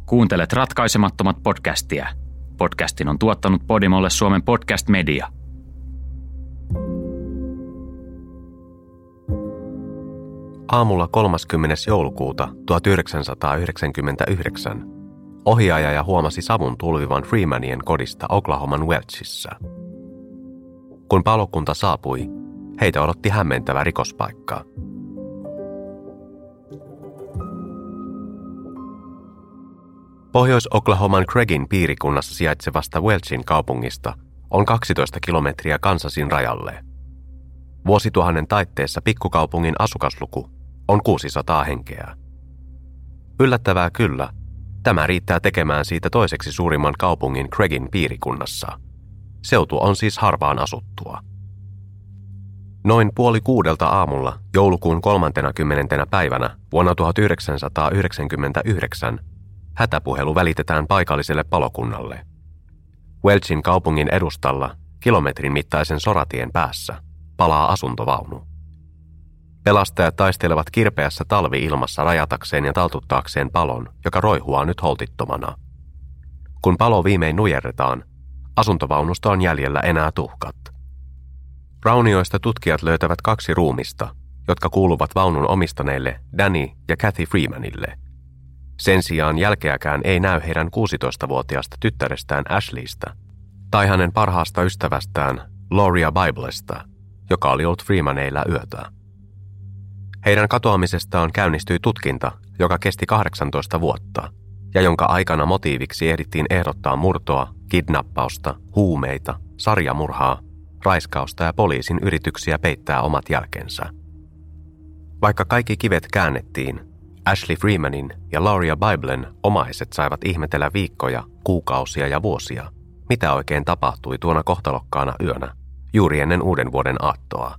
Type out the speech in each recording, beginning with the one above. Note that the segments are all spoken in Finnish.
Kuuntelet Ratkaisemattomat podcastia. Podcastin on tuottanut Podimolle Suomen Podcast Media. Aamulla 30. joulukuuta 1999 ohjaaja huomasi savun tulvivan Freemanien kodista Oklahoman Welchissa. Kun palokunta saapui, heitä odotti hämmentävä rikospaikka. Pohjois-Oklahoman Craigin piirikunnassa sijaitsevasta Welchin kaupungista on 12 kilometriä Kansasin rajalle. Vuosituhannen taitteessa pikkukaupungin asukasluku on 600 henkeä. Yllättävää kyllä, tämä riittää tekemään siitä toiseksi suurimman kaupungin Craigin piirikunnassa. Seutu on siis harvaan asuttua. Noin 5:30 aamulla joulukuun 30. päivänä vuonna 1999 hätäpuhelu välitetään paikalliselle palokunnalle. Welchin kaupungin edustalla, kilometrin mittaisen soratien päässä, palaa asuntovaunu. Pelastajat taistelevat kirpeässä talvi-ilmassa rajatakseen ja taltuttaakseen palon, joka roihuaa nyt holtittomana. Kun palo viimein nujerretaan, asuntovaunusta on jäljellä enää tuhkat. Raunioista tutkijat löytävät 2 ruumista, jotka kuuluvat vaunun omistaneille Danny ja Kathy Freemanille. Sen sijaan jälkeäkään ei näy heidän 16-vuotiaasta tyttärestään Ashleystä tai hänen parhaasta ystävästään Loria Biblesta, joka oli ollut Freemaneilla yötä. Heidän katoamisestaan käynnistyi tutkinta, joka kesti 18 vuotta ja jonka aikana motiiviksi ehdittiin ehdottaa murtoa, kidnappausta, huumeita, sarjamurhaa, raiskausta ja poliisin yrityksiä peittää omat jälkensä. Vaikka kaikki kivet käännettiin, Ashley Freemanin ja Loria Biblen omaiset saivat ihmetellä viikkoja, kuukausia ja vuosia, mitä oikein tapahtui tuona kohtalokkaana yönä, juuri ennen uuden vuoden aattoa.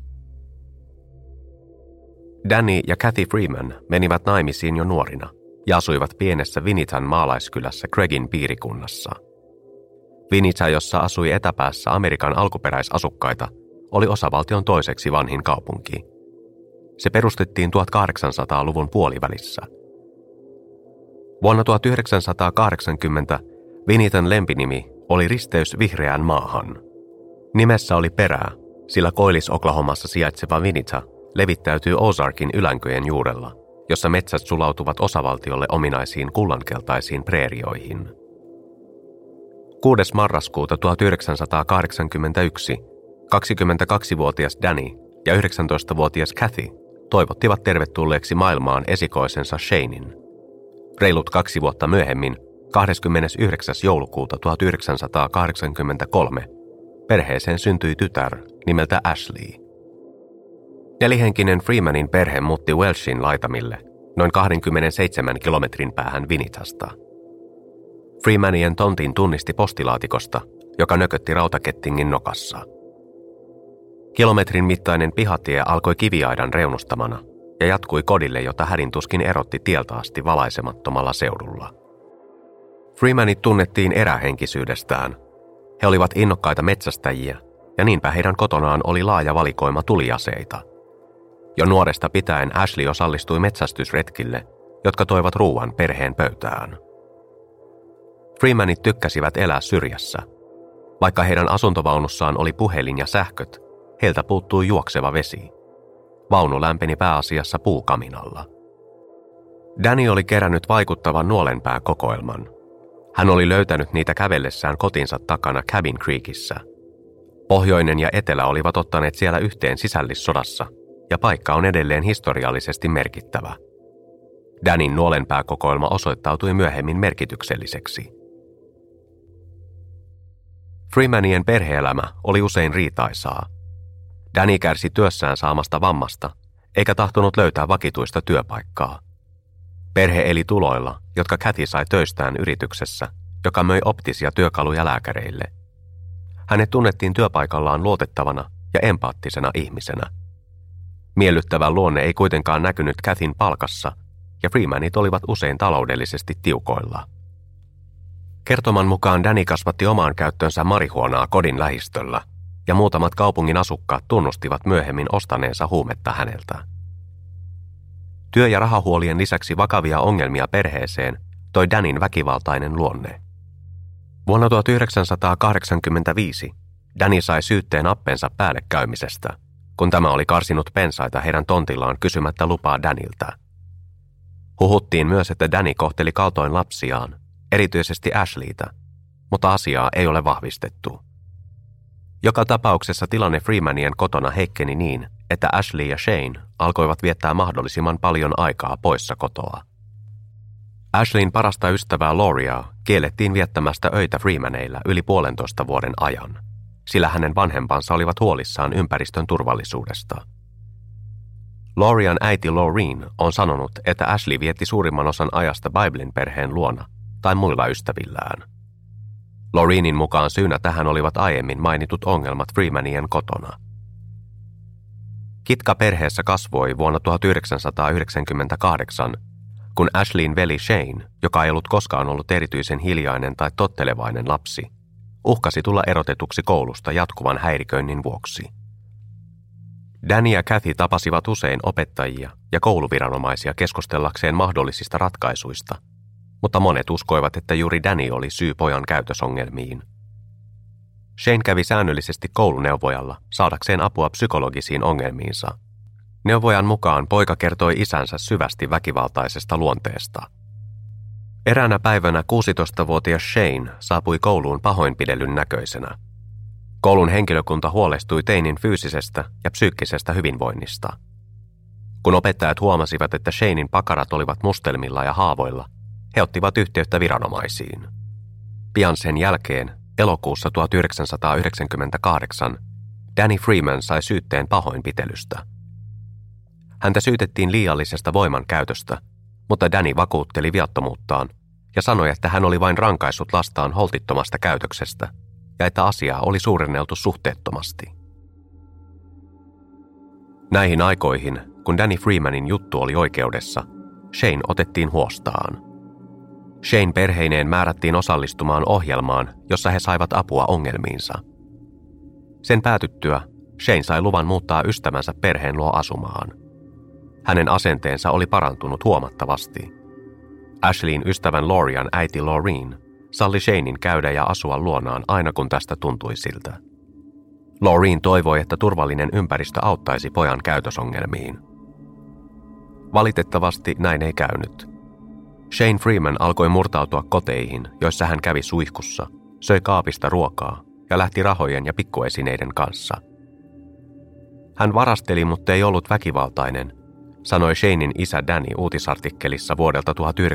Danny ja Kathy Freeman menivät naimisiin jo nuorina ja asuivat pienessä Winnitan maalaiskylässä Craigin piirikunnassa. Winnita, jossa asui etäpäässä Amerikan alkuperäisasukkaita, oli osavaltion toiseksi vanhin kaupunki. Se perustettiin 1800-luvun puolivälissä. Vuonna 1980 Winnitan lempinimi oli risteys vihreään maahan. Nimessä oli perää, sillä Koillis-Oklahomassa sijaitseva Winnita levittäytyy Ozarkin ylänköjen juurella, jossa metsät sulautuvat osavaltiolle ominaisiin kullankeltaisiin preerioihin. 6. marraskuuta 1981 22-vuotias Danny ja 19-vuotias Kathy toivottivat tervetulleeksi maailmaan esikoisensa Shanein. Reilut 2 vuotta myöhemmin, 29. joulukuuta 1983, perheeseen syntyi tytär nimeltä Ashley. 4-henkinen Freemanin perhe muutti Welchin laitamille, noin 27 kilometrin päähän Winnitasta. Freemanien tontin tunnisti postilaatikosta, joka nökötti rautakettingin nokassa. Kilometrin mittainen pihatie alkoi kiviaidan reunustamana ja jatkui kodille, jota hädintuskin erotti tieltä asti valaisemattomalla seudulla. Freemanit tunnettiin erähenkisyydestään. He olivat innokkaita metsästäjiä ja niinpä heidän kotonaan oli laaja valikoima tuliaseita. Jo nuoresta pitäen Ashley osallistui metsästysretkille, jotka toivat ruuan perheen pöytään. Freemanit tykkäsivät elää syrjässä. Vaikka heidän asuntovaunussaan oli puhelin ja sähköt, heiltä puuttui juokseva vesi. Vaunu lämpeni pääasiassa puukaminalla. Danny oli kerännyt vaikuttavan nuolenpääkokoelman. Hän oli löytänyt niitä kävellessään kotinsa takana Cabin Creekissä. Pohjoinen ja etelä olivat ottaneet siellä yhteen sisällissodassa, ja paikka on edelleen historiallisesti merkittävä. Dannyn nuolenpääkokoelma osoittautui myöhemmin merkitykselliseksi. Freemanien perhe-elämä oli usein riitaisaa. Danny kärsi työssään saamasta vammasta, eikä tahtonut löytää vakituista työpaikkaa. Perhe eli tuloilla, jotka Kathy sai töistään yrityksessä, joka möi optisia työkaluja lääkäreille. Hänet tunnettiin työpaikallaan luotettavana ja empaattisena ihmisenä. Miellyttävä luonne ei kuitenkaan näkynyt Kathyn palkassa, ja Freemanit olivat usein taloudellisesti tiukoilla. Kertoman mukaan Danny kasvatti omaan käyttöönsä marihuonaa kodin lähistöllä, ja muutamat kaupungin asukkaat tunnustivat myöhemmin ostaneensa huumetta häneltä. Työ- ja rahahuolien lisäksi vakavia ongelmia perheeseen toi Danin väkivaltainen luonne. Vuonna 1985 Danny sai syytteen appensa päälle käymisestä, kun tämä oli karsinut pensaita heidän tontillaan kysymättä lupaa Daniltä. Huhuttiin myös, että Danny kohteli kaltoin lapsiaan, erityisesti Ashleytä, mutta asiaa ei ole vahvistettu. Joka tapauksessa tilanne Freemanien kotona heikkeni niin, että Ashley ja Shane alkoivat viettää mahdollisimman paljon aikaa poissa kotoa. Ashleyn parasta ystävää Lauriaa kiellettiin viettämästä öitä Freemaneillä yli 1,5 vuoden ajan, sillä hänen vanhempansa olivat huolissaan ympäristön turvallisuudesta. Laurian äiti Laureen on sanonut, että Ashley vietti suurimman osan ajasta Biblen perheen luona tai muilla ystävillään. Laureenin mukaan syynä tähän olivat aiemmin mainitut ongelmat Freemanien kotona. Kitka perheessä kasvoi vuonna 1998, kun Ashleyn veli Shane, joka ei ollut koskaan ollut erityisen hiljainen tai tottelevainen lapsi, uhkasi tulla erotetuksi koulusta jatkuvan häiriköinnin vuoksi. Danny ja Kathy tapasivat usein opettajia ja kouluviranomaisia keskustellakseen mahdollisista ratkaisuista, mutta monet uskoivat, että juuri Danny oli syy pojan käytösongelmiin. Shane kävi säännöllisesti kouluneuvojalla saadakseen apua psykologisiin ongelmiinsa. Neuvojan mukaan poika kertoi isänsä syvästi väkivaltaisesta luonteesta. Eräänä päivänä 16-vuotias Shane saapui kouluun pahoinpidellyn näköisenä. Koulun henkilökunta huolestui teinin fyysisestä ja psyykkisestä hyvinvoinnista. Kun opettajat huomasivat, että Shanein pakarat olivat mustelmilla ja haavoilla, he ottivat yhteyttä viranomaisiin. Pian sen jälkeen, elokuussa 1998, Danny Freeman sai syytteen pahoinpitelystä. Häntä syytettiin liiallisesta voimankäytöstä, mutta Danny vakuutteli viattomuuttaan ja sanoi, että hän oli vain rankaissut lastaan holtittomasta käytöksestä ja että asiaa oli suurenneltu suhteettomasti. Näihin aikoihin, kun Danny Freemanin juttu oli oikeudessa, Shane otettiin huostaan. Shane perheineen määrättiin osallistumaan ohjelmaan, jossa he saivat apua ongelmiinsa. Sen päätyttyä Shane sai luvan muuttaa ystävänsä perheen luo asumaan. Hänen asenteensa oli parantunut huomattavasti. Ashleyn ystävän Laurian äiti Laureen salli Shanein käydä ja asua luonaan aina kun tästä tuntui siltä. Laureen toivoi, että turvallinen ympäristö auttaisi pojan käytösongelmiin. Valitettavasti näin ei käynyt. Shane Freeman alkoi murtautua koteihin, joissa hän kävi suihkussa, söi kaapista ruokaa ja lähti rahojen ja pikkuesineiden kanssa. Hän varasteli, mutta ei ollut väkivaltainen, sanoi Shanein isä Danny uutisartikkelissa vuodelta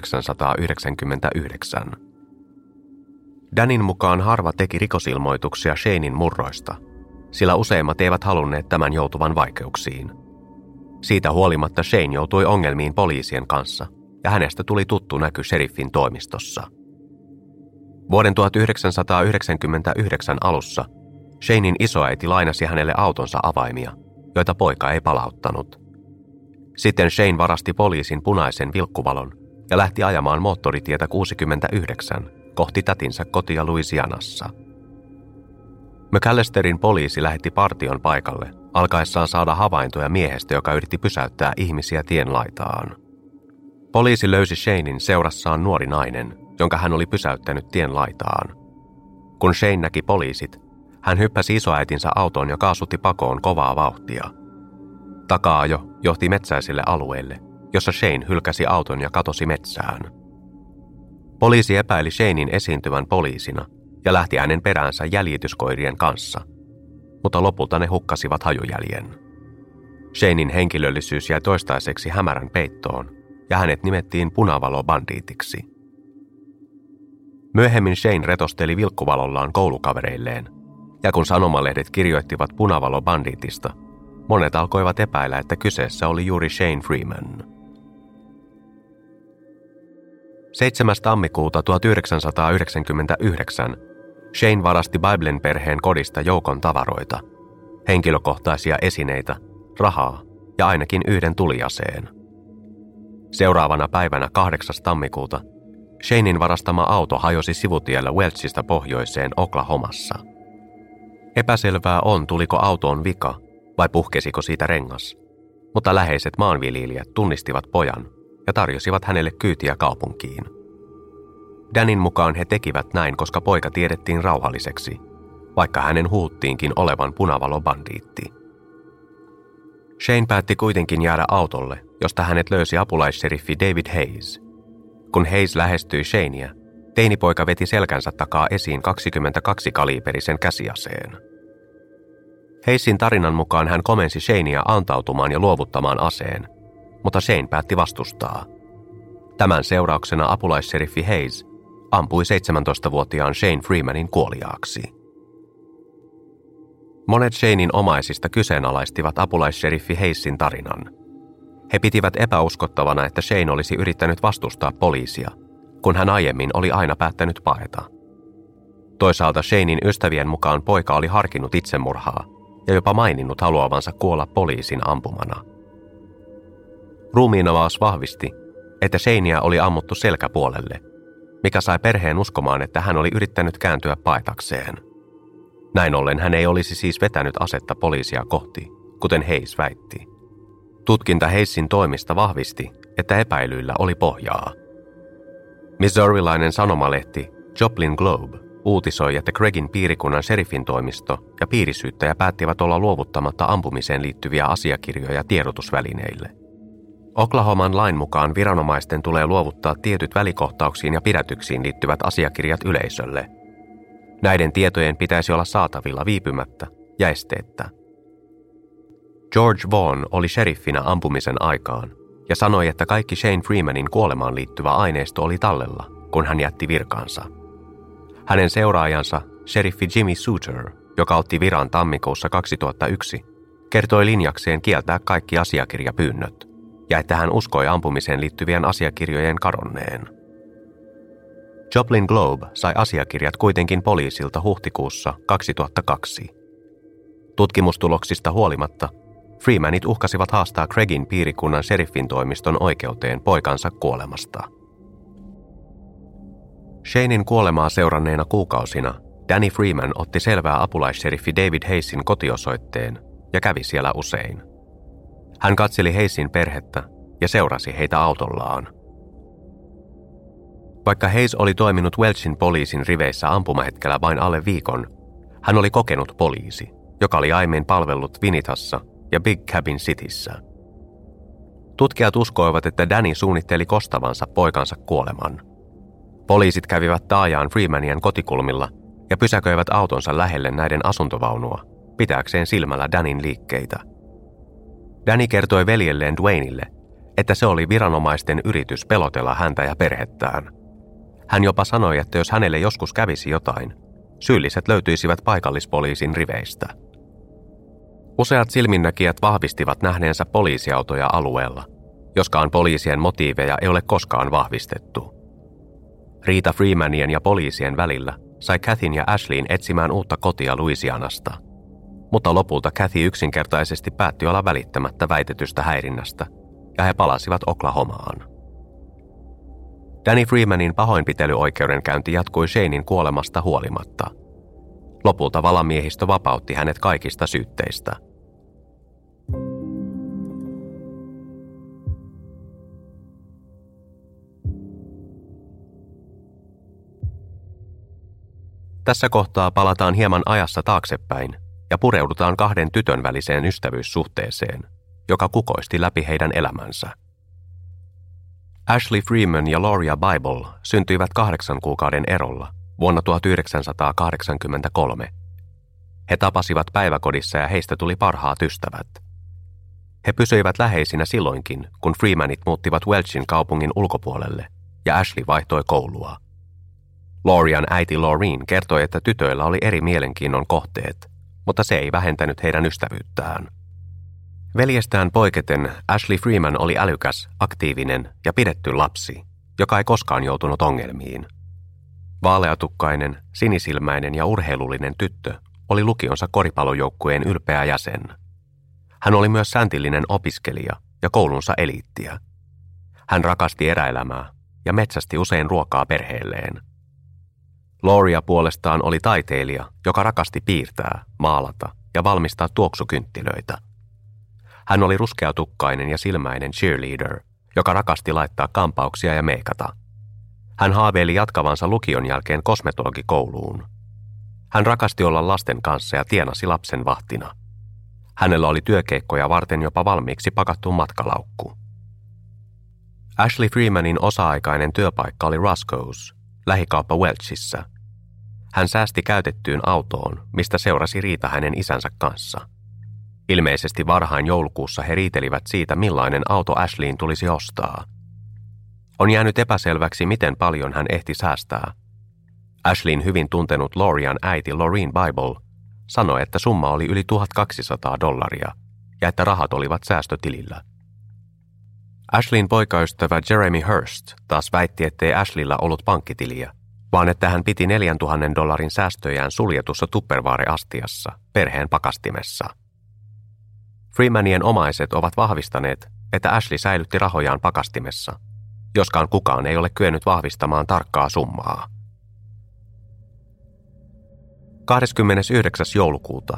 1999. Dannyn mukaan harva teki rikosilmoituksia Shanein murroista, sillä useimmat eivät halunneet tämän joutuvan vaikeuksiin. Siitä huolimatta Shane joutui ongelmiin poliisien kanssa ja hänestä tuli tuttu näky sheriffin toimistossa. Vuoden 1999 alussa Shanein isoäiti lainasi hänelle autonsa avaimia, joita poika ei palauttanut. Sitten Shane varasti poliisin punaisen vilkkuvalon ja lähti ajamaan moottoritietä 69 kohti tätinsä kotia Louisianassa. McAllisterin poliisi lähetti partion paikalle, alkaessaan saada havaintoja miehestä, joka yritti pysäyttää ihmisiä tien laitaan. Poliisi löysi Shanein seurassaan nuori nainen, jonka hän oli pysäyttänyt tien laitaan. Kun Shane näki poliisit, hän hyppäsi isoäitinsä autoon ja kaasutti pakoon kovaa vauhtia. Taka-ajo johti metsäiselle alueelle, jossa Shane hylkäsi auton ja katosi metsään. Poliisi epäili Shanein esiintyvän poliisina ja lähti hänen peräänsä jäljityskoirien kanssa, mutta lopulta ne hukkasivat hajujäljen. Shanein henkilöllisyys jäi toistaiseksi hämärän peittoon ja hänet nimettiin punavalobandiitiksi. Myöhemmin Shane retosteli vilkkuvalollaan koulukavereilleen, ja kun sanomalehdet kirjoittivat punavalobandiitista, monet alkoivat epäillä, että kyseessä oli juuri Shane Freeman. 7. tammikuuta 1999 Shane varasti Biblen perheen kodista joukon tavaroita, henkilökohtaisia esineitä, rahaa ja ainakin yhden tuliaseen. Seuraavana päivänä 8. tammikuuta Shanein varastama auto hajosi sivutiellä Welchistä pohjoiseen Oklahomassa. Epäselvää on, tuliko autoon vika vai puhkesiko siitä rengas, mutta läheiset maanviljelijät tunnistivat pojan ja tarjosivat hänelle kyytiä kaupunkiin. Danin mukaan he tekivät näin, koska poika tiedettiin rauhalliseksi, vaikka hänen huuttiinkin olevan punavalobandiitti. Shane päätti kuitenkin jäädä autolle, josta hänet löysi apulaisseriffi David Hayes. Kun Hayes lähestyi Shanea, teinipoika veti selkänsä takaa esiin 22-kaliiperisen käsiaseen. Hayesin tarinan mukaan hän komensi Shanea antautumaan ja luovuttamaan aseen, mutta Shane päätti vastustaa. Tämän seurauksena apulaisseriffi Hayes ampui 17-vuotiaan Shane Freemanin kuoliaaksi. Monet Shanein omaisista kyseenalaistivat apulaisseriffi Hayesin tarinan. He pitivät epäuskottavana, että Shane olisi yrittänyt vastustaa poliisia, kun hän aiemmin oli aina päättänyt paeta. Toisaalta Shanein ystävien mukaan poika oli harkinnut itsemurhaa ja jopa maininnut haluavansa kuolla poliisin ampumana. Ruumiinavaus vahvisti, että Shanea oli ammuttu selkäpuolelle, mikä sai perheen uskomaan, että hän oli yrittänyt kääntyä paetakseen. Näin ollen hän ei olisi siis vetänyt asetta poliisia kohti, kuten Hayes väitti. Tutkinta Hayesin toimista vahvisti, että epäilyillä oli pohjaa. Missourilainen sanomalehti Joplin Globe uutisoi, että Craigin piirikunnan sheriffin toimisto ja piirisyyttäjä päättivät olla luovuttamatta ampumiseen liittyviä asiakirjoja tiedotusvälineille. Oklahoman lain mukaan viranomaisten tulee luovuttaa tietyt välikohtauksiin ja pidätyksiin liittyvät asiakirjat yleisölle. Näiden tietojen pitäisi olla saatavilla viipymättä ja esteettä. George Vaughn oli sheriffinä ampumisen aikaan ja sanoi, että kaikki Shane Freemanin kuolemaan liittyvä aineisto oli tallella, kun hän jätti virkaansa. Hänen seuraajansa, sheriffi Jimmy Suter, joka otti viran tammikuussa 2001, kertoi linjakseen kieltää kaikki asiakirjapyynnöt ja että hän uskoi ampumiseen liittyvien asiakirjojen kadonneen. Joplin Globe sai asiakirjat kuitenkin poliisilta huhtikuussa 2002. Tutkimustuloksista huolimatta Freemanit uhkasivat haastaa Craigin piirikunnan sheriffin toimiston oikeuteen poikansa kuolemasta. Shanein kuolemaa seuranneena kuukausina Danny Freeman otti selvää apulaisseriffi David Hayesin kotiosoitteen ja kävi siellä usein. Hän katseli Hayesin perhettä ja seurasi heitä autollaan. Vaikka Hayes oli toiminut Welchin poliisin riveissä ampumahetkellä vain alle viikon, hän oli kokenut poliisi, joka oli aiemmin palvellut Winnitassa ja Big Cabin Cityssä. Tutkijat uskoivat, että Danny suunnitteli kostavansa poikansa kuoleman. Poliisit kävivät taajaan Freemanien kotikulmilla ja pysäköivät autonsa lähelle näiden asuntovaunua, pitääkseen silmällä Dannyn liikkeitä. Danny kertoi veljelleen Dwayneille, että se oli viranomaisten yritys pelotella häntä ja perhettään. Hän jopa sanoi, että jos hänelle joskus kävisi jotain, syylliset löytyisivät paikallispoliisin riveistä. Useat silminnäkijät vahvistivat nähneensä poliisiautoja alueella, joskaan poliisien motiiveja ei ole koskaan vahvistettu. Riita Freemanien ja poliisien välillä sai Cathyn ja Ashleyn etsimään uutta kotia Louisianasta, mutta lopulta Cathy yksinkertaisesti päätti olla välittämättä väitetystä häirinnästä, ja he palasivat Oklahomaan. Danny Freemanin pahoinpitelyoikeudenkäynti jatkui Shanein kuolemasta huolimatta. Lopulta valamiehistö vapautti hänet kaikista syytteistä. Tässä kohtaa palataan hieman ajassa taaksepäin ja pureudutaan kahden tytön väliseen ystävyyssuhteeseen, joka kukoisti läpi heidän elämänsä. Ashley Freeman ja Loria Bible syntyivät 8 kuukauden erolla vuonna 1983. He tapasivat päiväkodissa ja heistä tuli parhaat ystävät. He pysyivät läheisinä silloinkin, kun Freemanit muuttivat Welchin kaupungin ulkopuolelle ja Ashley vaihtoi koulua. Lorian äiti Laureen kertoi, että tytöillä oli eri mielenkiinnon kohteet, mutta se ei vähentänyt heidän ystävyyttään. Veljestään poiketen Ashley Freeman oli älykäs, aktiivinen ja pidetty lapsi, joka ei koskaan joutunut ongelmiin. Vaaleatukkainen, sinisilmäinen ja urheilullinen tyttö oli lukionsa koripallojoukkueen ylpeä jäsen. Hän oli myös säntillinen opiskelija ja koulunsa eliittiä. Hän rakasti eräelämää ja metsästi usein ruokaa perheelleen. Loria puolestaan oli taiteilija, joka rakasti piirtää, maalata ja valmistaa tuoksukynttilöitä. Hän oli ruskeatukkainen ja silmäinen cheerleader, joka rakasti laittaa kampauksia ja meikata. Hän haaveili jatkavansa lukion jälkeen kosmetologikouluun. Hän rakasti olla lasten kanssa ja tienasi lapsen vahtina. Hänellä oli työkeikkoja varten jopa valmiiksi pakattu matkalaukku. Ashley Freemanin osa-aikainen työpaikka oli Roscoe's, lähikauppa Welchissä. Hän säästi käytettyyn autoon, mistä seurasi riita hänen isänsä kanssa. Ilmeisesti varhain joulukuussa he riitelivät siitä, millainen auto Ashleyin tulisi ostaa. On jäänyt epäselväksi, miten paljon hän ehti säästää. Ashleyin hyvin tuntenut Lorian äiti Loreen Bible sanoi, että summa oli yli $1,200 ja että rahat olivat säästötilillä. Ashleyin poikaystävä Jeremy Hurst taas väitti, ettei Ashleylla ollut pankkitiliä, vaan että hän piti $4,000 säästöjään suljetussa tupperware-astiassa perheen pakastimessa. Freemanien omaiset ovat vahvistaneet, että Ashley säilytti rahojaan pakastimessa, joskaan kukaan ei ole kyennyt vahvistamaan tarkkaa summaa. 29. joulukuuta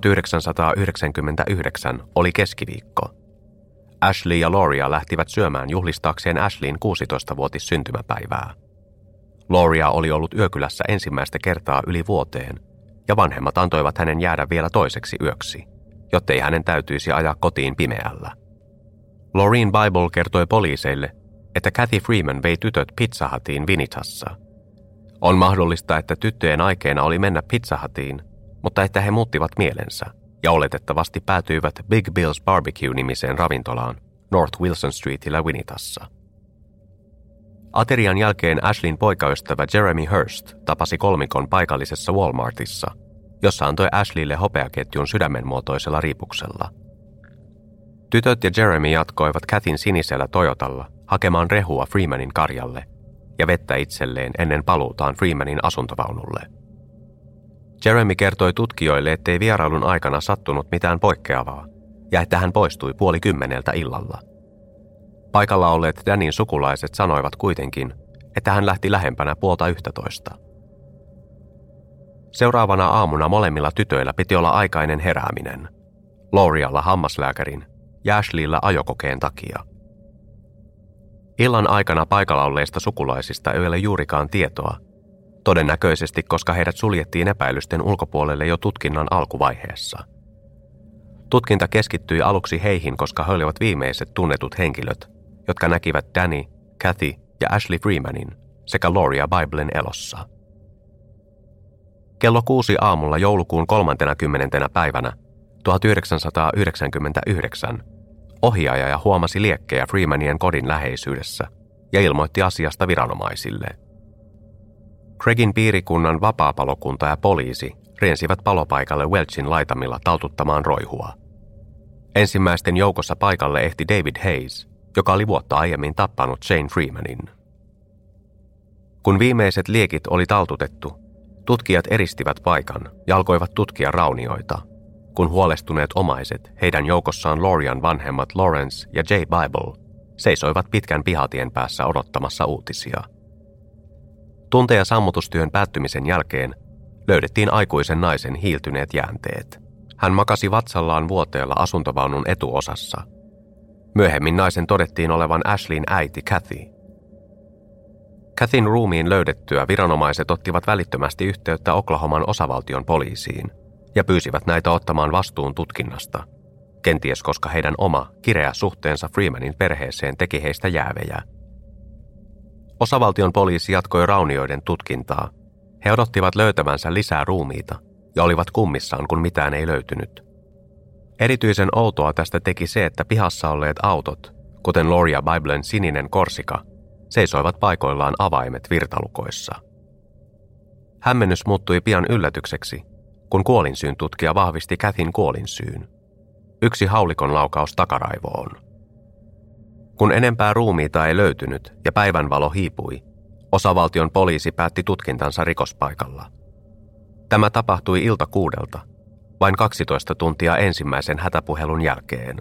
1999 oli keskiviikko. Ashley ja Loria lähtivät syömään juhlistaakseen Ashleyin 16-vuotis syntymäpäivää. Loria oli ollut yökylässä ensimmäistä kertaa yli vuoteen, ja vanhemmat antoivat hänen jäädä vielä toiseksi yöksi, jottei hänen täytyisi ajaa kotiin pimeällä. Loreen Bible kertoi poliiseille, että Kathy Freeman vei tytöt Pizza Hutiin Winnitassa. On mahdollista, että tyttöjen aikeena oli mennä Pizza Hutiin, mutta että he muuttivat mielensä ja oletettavasti päätyivät Big Bill's Barbecue-nimiseen ravintolaan North Wilson Streetillä Winnitassa. Aterian jälkeen Ashleyin poikaystävä Jeremy Hurst tapasi kolmikon paikallisessa Walmartissa, jossa antoi Ashleylle hopeaketjun sydämenmuotoisella riipuksella. Tytöt ja Jeremy jatkoivat Kathyn sinisellä Toyotalla hakemaan rehua Freemanin karjalle ja vettä itselleen ennen paluutaan Freemanin asuntovaunulle. Jeremy kertoi tutkijoille, ettei vierailun aikana sattunut mitään poikkeavaa ja että hän poistui 9:30 illalla. Paikalla olleet Danin sukulaiset sanoivat kuitenkin, että hän lähti lähempänä 10:30. Seuraavana aamuna molemmilla tytöillä piti olla aikainen herääminen. Lorialla hammaslääkärin ja Ashleyllä ajokokeen takia. Illan aikana paikalla olleista sukulaisista ei ole juurikaan tietoa, todennäköisesti koska heidät suljettiin epäilysten ulkopuolelle jo tutkinnan alkuvaiheessa. Tutkinta keskittyi aluksi heihin, koska he olivat viimeiset tunnetut henkilöt, jotka näkivät Danny, Kathy ja Ashley Freemanin sekä Loria Biblen elossa. Kello 6 aamulla joulukuun 30. päivänä 1999 ohjaaja huomasi liekkejä Freemanien kodin läheisyydessä ja ilmoitti asiasta viranomaisille. Craigin piirikunnan vapaapalokunta ja poliisi riensivät palopaikalle Welchin laitamilla taltuttamaan roihua. Ensimmäisten joukossa paikalle ehti David Hayes, joka oli vuotta aiemmin tappanut Jane Freemanin. Kun viimeiset liekit oli taltutettu, tutkijat eristivät paikan ja alkoivat tutkia raunioita, kun huolestuneet omaiset, heidän joukossaan Lorian vanhemmat Lawrence ja Jay Bible, seisoivat pitkän pihatien päässä odottamassa uutisia. Tunteja sammutustyön päättymisen jälkeen löydettiin aikuisen naisen hiiltyneet jäänteet. Hän makasi vatsallaan vuoteella asuntovaunun etuosassa. Myöhemmin naisen todettiin olevan Ashleyin äiti Kathy. Kathyn ruumiin löydettyä viranomaiset ottivat välittömästi yhteyttä Oklahoman osavaltion poliisiin ja pyysivät näitä ottamaan vastuun tutkinnasta, kenties koska heidän oma, kireä suhteensa Freemanin perheeseen teki heistä jäävejä. Osavaltion poliisi jatkoi raunioiden tutkintaa. He odottivat löytävänsä lisää ruumiita ja olivat kummissaan, kun mitään ei löytynyt. Erityisen outoa tästä teki se, että pihassa olleet autot, kuten Loria Biblen sininen Korsika, seisoivat paikoillaan avaimet virtalukoissa. Hämmennys muuttui pian yllätykseksi, kun kuolinsyyn tutkija vahvisti Kathyn kuolinsyyn. Yksi haulikon laukaus takaraivoon. Kun enempää ruumiita ei löytynyt ja päivänvalo hiipui, osavaltion poliisi päätti tutkintansa rikospaikalla. Tämä tapahtui ilta 6:00, vain 12 tuntia ensimmäisen hätäpuhelun jälkeen.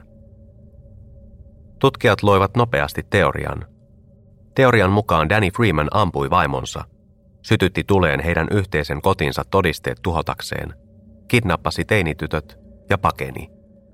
Tutkijat loivat nopeasti teorian. Teorian mukaan Danny Freeman ampui vaimonsa, sytytti tuleen heidän yhteisen kotinsa todisteet tuhotakseen, kidnappasi teinitytöt ja pakeni.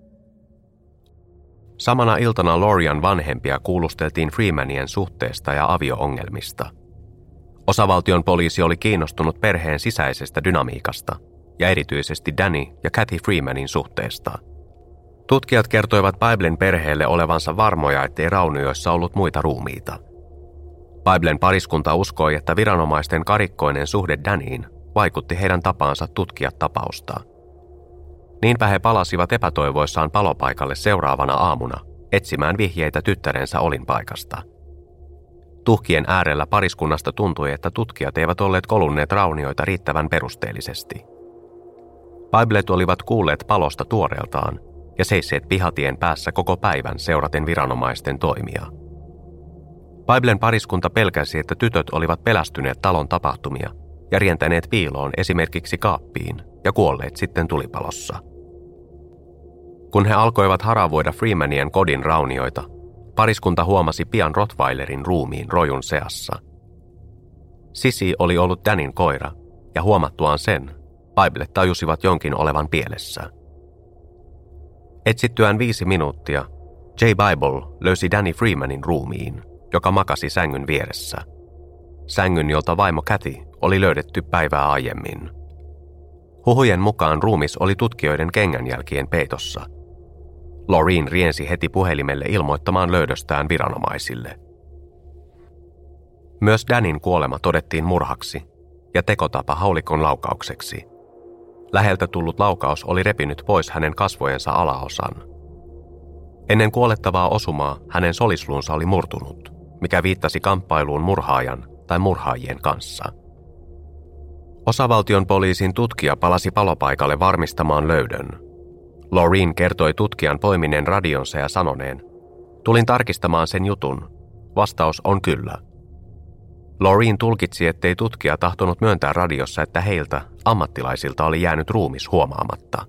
Samana iltana Lorian vanhempia kuulusteltiin Freemanien suhteesta ja avio-ongelmista. Osavaltion poliisi oli kiinnostunut perheen sisäisestä dynamiikasta ja erityisesti Danny ja Kathy Freemanin suhteesta. Tutkijat kertoivat Biblen perheelle olevansa varmoja, ettei raunioissa ollut muita ruumiita. Biblen pariskunta uskoi, että viranomaisten karikkoinen suhde Dannyin vaikutti heidän tapaansa tutkia tapausta. Niinpä he palasivat epätoivoissaan palopaikalle seuraavana aamuna etsimään vihjeitä tyttärensä olinpaikasta. Tuhkien äärellä pariskunnasta tuntui, että tutkijat eivät olleet kolunneet raunioita riittävän perusteellisesti. Biblet olivat kuulleet palosta tuoreeltaan ja seisseet pihatien päässä koko päivän seuraten viranomaisten toimia. Biblen pariskunta pelkäsi, että tytöt olivat pelästyneet talon tapahtumia ja rientäneet piiloon esimerkiksi kaappiin ja kuolleet sitten tulipalossa. Kun he alkoivat haravoida Freemanien kodin raunioita, pariskunta huomasi pian Rottweilerin ruumiin rojun seassa. Sisi oli ollut Dannyn koira, ja huomattuaan sen, Biblet tajusivat jonkin olevan pielessä. Etsittyään 5 minuuttia, J. Bible löysi Danny Freemanin ruumiin, joka makasi sängyn vieressä. Sängyn, jolta vaimo Kathy oli löydetty päivää aiemmin. Huhujen mukaan ruumis oli tutkijoiden kengänjälkien peitossa. Loreen riensi heti puhelimelle ilmoittamaan löydöstään viranomaisille. Myös Dannyn kuolema todettiin murhaksi ja tekotapa haulikon laukaukseksi. Läheltä tullut laukaus oli repinyt pois hänen kasvojensa alaosan. Ennen kuolettavaa osumaa hänen solisluunsa oli murtunut, mikä viittasi kamppailuun murhaajan tai murhaajien kanssa. Osavaltion poliisin tutkija palasi palopaikalle varmistamaan löydön. Loreen kertoi tutkijan poimineen radionsa ja sanoneen, tulin tarkistamaan sen jutun. Vastaus on kyllä. Loreen tulkitsi, ettei tutkija tahtonut myöntää radiossa, että heiltä, ammattilaisilta, oli jäänyt ruumis huomaamatta.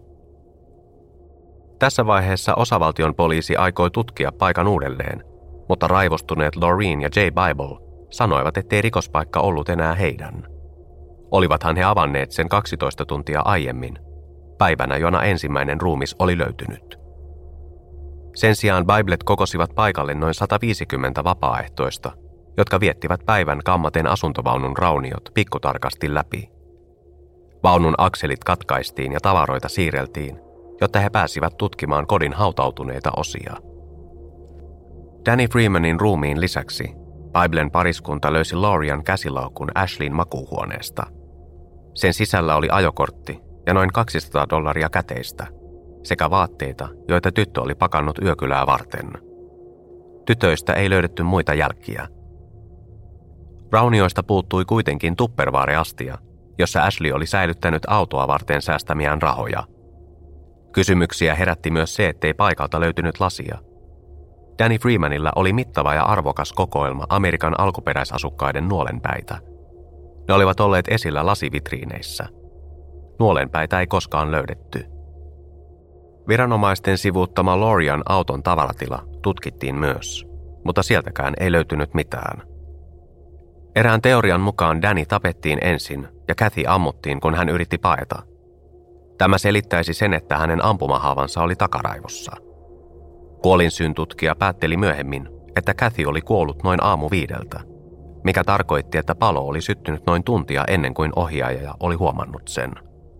Tässä vaiheessa osavaltion poliisi aikoi tutkia paikan uudelleen, mutta raivostuneet Loreen ja J. Bible sanoivat, ettei rikospaikka ollut enää heidän. Olivathan he avanneet sen 12 tuntia aiemmin, päivänä jona ensimmäinen ruumis oli löytynyt. Sen sijaan Biblet kokosivat paikalle noin 150 vapaaehtoista, jotka viettivät päivän kammaten asuntovaunun rauniot pikkutarkasti läpi. Vaunun akselit katkaistiin ja tavaroita siirreltiin, jotta he pääsivät tutkimaan kodin hautautuneita osia. Danny Freemanin ruumiin lisäksi Biblen pariskunta löysi Lorian käsilaukun Ashleyn makuuhuoneesta. Sen sisällä oli ajokortti ja noin $200 käteistä sekä vaatteita, joita tyttö oli pakannut yökylää varten. Tytöistä ei löydetty muita jälkiä. Raunioista puuttui kuitenkin tupperware-astia, jossa Ashley oli säilyttänyt autoa varten säästämiään rahoja. Kysymyksiä herätti myös se, ettei paikalta löytynyt lasia. Danny Freemanilla oli mittava ja arvokas kokoelma Amerikan alkuperäisasukkaiden nuolenpäitä. Ne olivat olleet esillä lasivitriineissä. Nuolenpäitä ei koskaan löydetty. Viranomaisten sivuuttama Lorian auton tavaratila tutkittiin myös, mutta sieltäkään ei löytynyt mitään. Erään teorian mukaan Danny tapettiin ensin ja Kathy ammuttiin, kun hän yritti paeta. Tämä selittäisi sen, että hänen ampumahaavansa oli takaraivossa. Kuolinsyyn tutkija päätteli myöhemmin, että Kathy oli kuollut noin aamu 5, mikä tarkoitti, että palo oli syttynyt noin tuntia ennen kuin ohjaaja oli huomannut sen.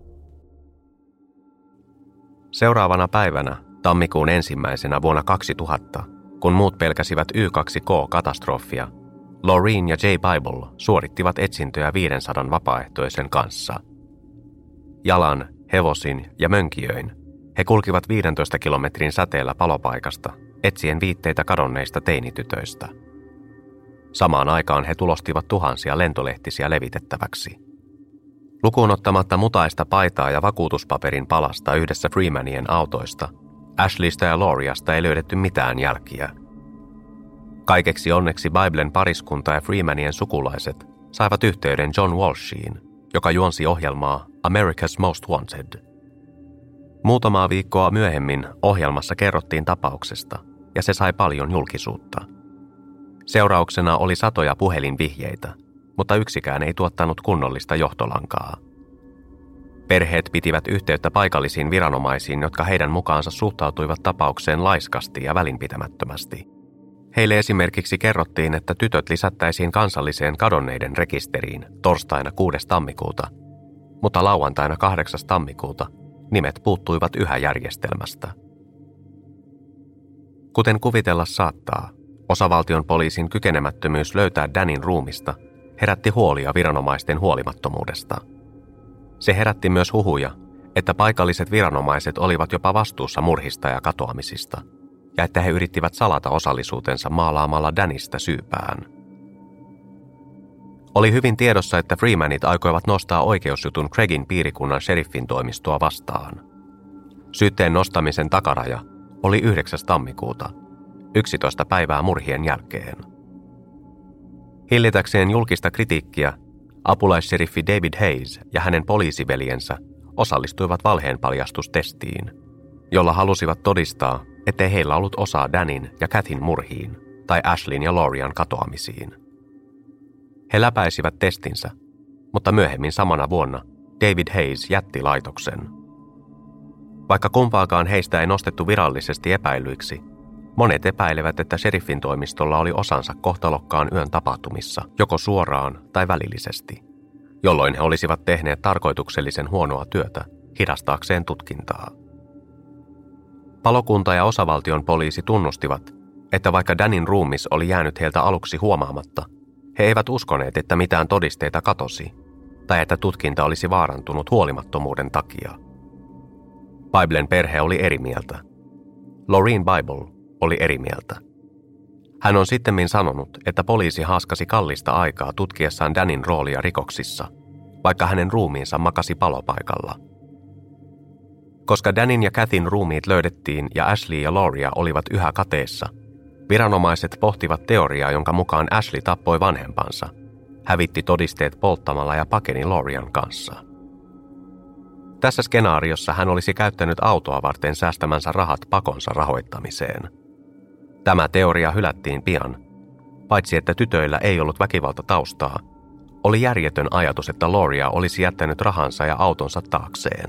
Seuraavana päivänä, tammikuun 1. vuonna 2000, kun muut pelkäsivät Y2K-katastrofia, Loreen ja J. Bible suorittivat etsintöjä 500 vapaaehtoisen kanssa. Jalan, hevosin ja mönkijöin he kulkivat 15 kilometrin säteellä palopaikasta etsien viitteitä kadonneista teinitytöistä. Samaan aikaan he tulostivat tuhansia lentolehtisiä levitettäväksi. Lukuun ottamatta mutaista paitaa ja vakuutuspaperin palasta yhdessä Freemanien autoista, Ashleystä ja Loriasta ei löydetty mitään jälkiä. Kaikeksi onneksi Biblen pariskunta ja Freemanien sukulaiset saivat yhteyden John Walshiin, joka juonsi ohjelmaa America's Most Wanted. Muutamaa viikkoa myöhemmin ohjelmassa kerrottiin tapauksesta, ja se sai paljon julkisuutta. Seurauksena oli satoja puhelinvihjeitä, mutta yksikään ei tuottanut kunnollista johtolankaa. Perheet pitivät yhteyttä paikallisiin viranomaisiin, jotka heidän mukaansa suhtautuivat tapaukseen laiskasti ja välinpitämättömästi. Heille esimerkiksi kerrottiin, että tytöt lisättäisiin kansalliseen kadonneiden rekisteriin torstaina 6. tammikuuta, mutta lauantaina 8. tammikuuta nimet puuttuivat yhä järjestelmästä. Kuten kuvitella saattaa, osavaltion poliisin kykenemättömyys löytää Danin ruumista herätti huolia viranomaisten huolimattomuudesta. Se herätti myös huhuja, että paikalliset viranomaiset olivat jopa vastuussa murhista ja katoamisista, ja että he yrittivät salata osallisuutensa maalaamalla Danista syypään. Oli hyvin tiedossa, että Freemanit aikoivat nostaa oikeusjutun Craigin piirikunnan sheriffin toimistoa vastaan. Syytteen nostamisen takaraja oli 9. tammikuuta, 11 päivää murhien jälkeen. Hillitäkseen julkista kritiikkiä, apulaisseriffi David Hayes ja hänen poliisiveljensä osallistuivat valheenpaljastustestiin, jolla halusivat todistaa, ettei heillä ollut osaa Danin ja Kathyn murhiin tai Ashleyn ja Laurian katoamisiin. He läpäisivät testinsä, mutta myöhemmin samana vuonna David Hayes jätti laitoksen. Vaikka kumpaakaan heistä ei nostettu virallisesti epäilyiksi, monet epäilevät, että sheriffin toimistolla oli osansa kohtalokkaan yön tapahtumissa joko suoraan tai välillisesti, jolloin he olisivat tehneet tarkoituksellisen huonoa työtä hidastaakseen tutkintaa. Palokunta ja osavaltion poliisi tunnustivat, että vaikka Danin ruumis oli jäänyt heiltä aluksi huomaamatta, he eivät uskoneet, että mitään todisteita katosi tai että tutkinta olisi vaarantunut huolimattomuuden takia. Biblen perhe oli eri mieltä. Loreen Bible oli eri mieltä. Hän on sittemmin sanonut, että poliisi haaskasi kallista aikaa tutkiessaan Danin roolia rikoksissa, vaikka hänen ruumiinsa makasi palopaikalla. Koska Danin ja Kathyn ruumiit löydettiin ja Ashley ja Lauria olivat yhä kateessa, viranomaiset pohtivat teoriaa, jonka mukaan Ashley tappoi vanhempansa, hävitti todisteet polttamalla ja pakeni Laurian kanssa. Tässä skenaariossa hän olisi käyttänyt autoa varten säästämänsä rahat pakonsa rahoittamiseen. Tämä teoria hylättiin pian, paitsi että tytöillä ei ollut väkivaltataustaa. Oli järjetön ajatus, että Lauria olisi jättänyt rahansa ja autonsa taakseen.